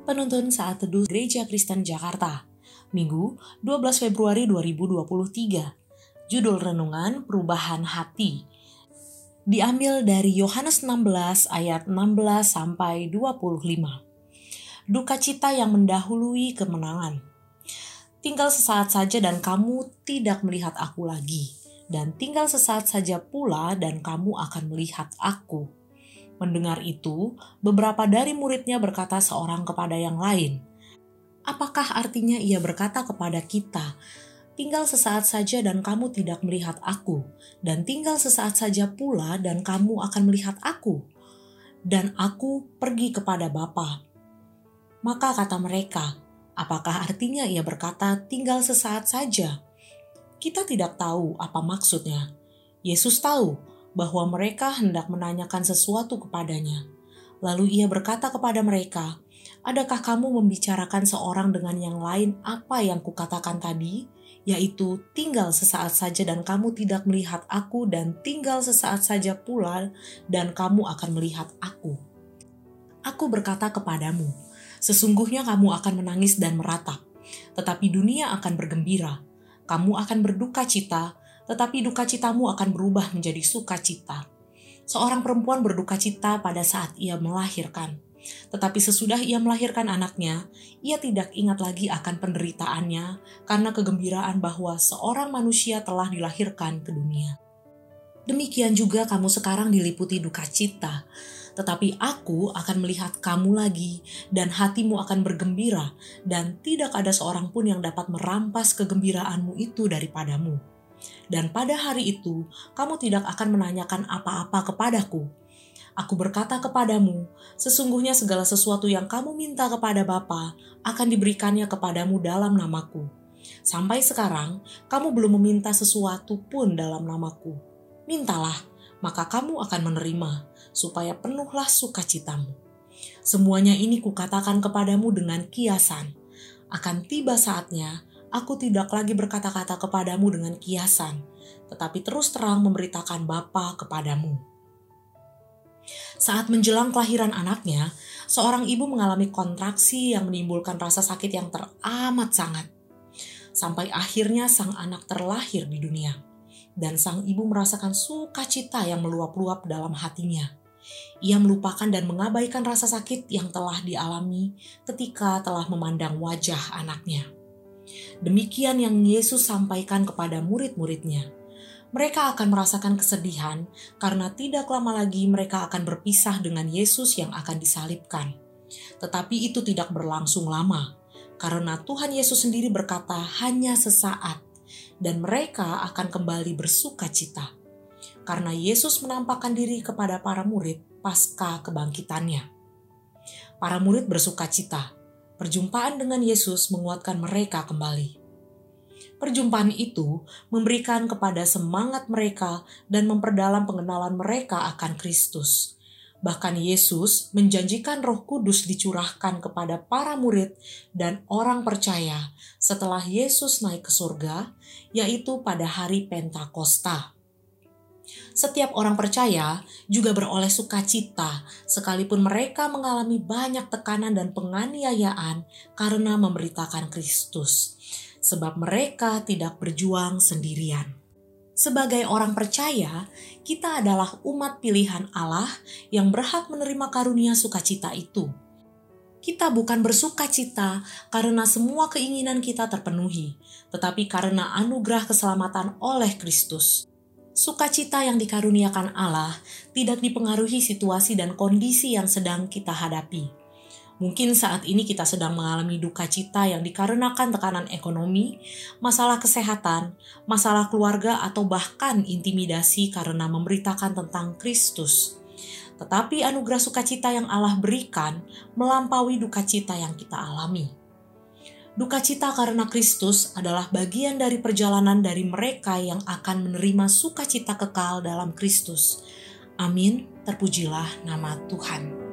Penuntun Saat Teduh Gereja Kristen Jakarta, Minggu 12 Februari 2023. Judul Renungan Perubahan Hati. Diambil dari Yohanes 16 ayat 16 sampai 25. Duka cita yang mendahului kemenangan. Tinggal sesaat saja dan kamu tidak melihat aku lagi, dan tinggal sesaat saja pula dan kamu akan melihat aku. Mendengar itu, beberapa dari muridnya berkata seorang kepada yang lain, "Apakah artinya ia berkata kepada kita, 'Tinggal sesaat saja dan kamu tidak melihat aku, dan tinggal sesaat saja pula dan kamu akan melihat aku, dan aku pergi kepada Bapa'?" Maka kata mereka, "Apakah artinya ia berkata, 'Tinggal sesaat saja'?" Kita tidak tahu apa maksudnya. Yesus tahu bahwa mereka hendak menanyakan sesuatu kepadanya. Lalu ia berkata kepada mereka, "Adakah kamu membicarakan seorang dengan yang lain apa yang kukatakan tadi? Yaitu, tinggal sesaat saja dan kamu tidak melihat aku, dan tinggal sesaat saja pula dan kamu akan melihat aku. Aku berkata kepadamu, sesungguhnya kamu akan menangis dan meratap, tetapi dunia akan bergembira. Kamu akan berduka cita, tetapi duka citamu akan berubah menjadi sukacita. Seorang perempuan berduka cita pada saat ia melahirkan. Tetapi sesudah ia melahirkan anaknya, ia tidak ingat lagi akan penderitaannya karena kegembiraan bahwa seorang manusia telah dilahirkan ke dunia. Demikian juga kamu sekarang diliputi duka cita, tetapi aku akan melihat kamu lagi dan hatimu akan bergembira dan tidak ada seorang pun yang dapat merampas kegembiraanmu itu daripadamu. Dan pada hari itu, kamu tidak akan menanyakan apa-apa kepadaku. Aku berkata kepadamu, sesungguhnya segala sesuatu yang kamu minta kepada Bapa akan diberikannya kepadamu dalam namaku. Sampai sekarang, kamu belum meminta sesuatu pun dalam namaku. Mintalah, maka kamu akan menerima, supaya penuhlah sukacitamu. Semuanya ini kukatakan kepadamu dengan kiasan. Akan tiba saatnya, aku tidak lagi berkata-kata kepadamu dengan kiasan, tetapi terus terang memberitakan Bapa kepadamu." Saat menjelang kelahiran anaknya, seorang ibu mengalami kontraksi yang menimbulkan rasa sakit yang teramat sangat. Sampai akhirnya sang anak terlahir di dunia, dan sang ibu merasakan sukacita yang meluap-luap dalam hatinya. Ia melupakan dan mengabaikan rasa sakit yang telah dialami ketika telah memandang wajah anaknya. Demikian yang Yesus sampaikan kepada murid-muridnya. Mereka akan merasakan kesedihan karena tidak lama lagi mereka akan berpisah dengan Yesus yang akan disalibkan. Tetapi itu tidak berlangsung lama, karena Tuhan Yesus sendiri berkata hanya sesaat, dan mereka akan kembali bersuka cita. Karena Yesus menampakkan diri kepada para murid pasca kebangkitannya. Para murid bersuka cita. Perjumpaan dengan Yesus menguatkan mereka kembali. Perjumpaan itu memberikan kepada semangat mereka dan memperdalam pengenalan mereka akan Kristus. Bahkan Yesus menjanjikan Roh Kudus dicurahkan kepada para murid dan orang percaya setelah Yesus naik ke surga, yaitu pada hari Pentakosta. Setiap orang percaya juga beroleh sukacita, sekalipun mereka mengalami banyak tekanan dan penganiayaan karena memberitakan Kristus, sebab mereka tidak berjuang sendirian. Sebagai orang percaya, kita adalah umat pilihan Allah yang berhak menerima karunia sukacita itu. Kita bukan bersukacita karena semua keinginan kita terpenuhi, tetapi karena anugerah keselamatan oleh Kristus. Sukacita yang dikaruniakan Allah tidak dipengaruhi situasi dan kondisi yang sedang kita hadapi. Mungkin saat ini kita sedang mengalami duka cita yang dikarenakan tekanan ekonomi, masalah kesehatan, masalah keluarga, atau bahkan intimidasi karena memberitakan tentang Kristus. Tetapi anugerah sukacita yang Allah berikan melampaui duka cita yang kita alami. Duka cita karena Kristus adalah bagian dari perjalanan dari mereka yang akan menerima sukacita kekal dalam Kristus. Amin, terpujilah nama Tuhan.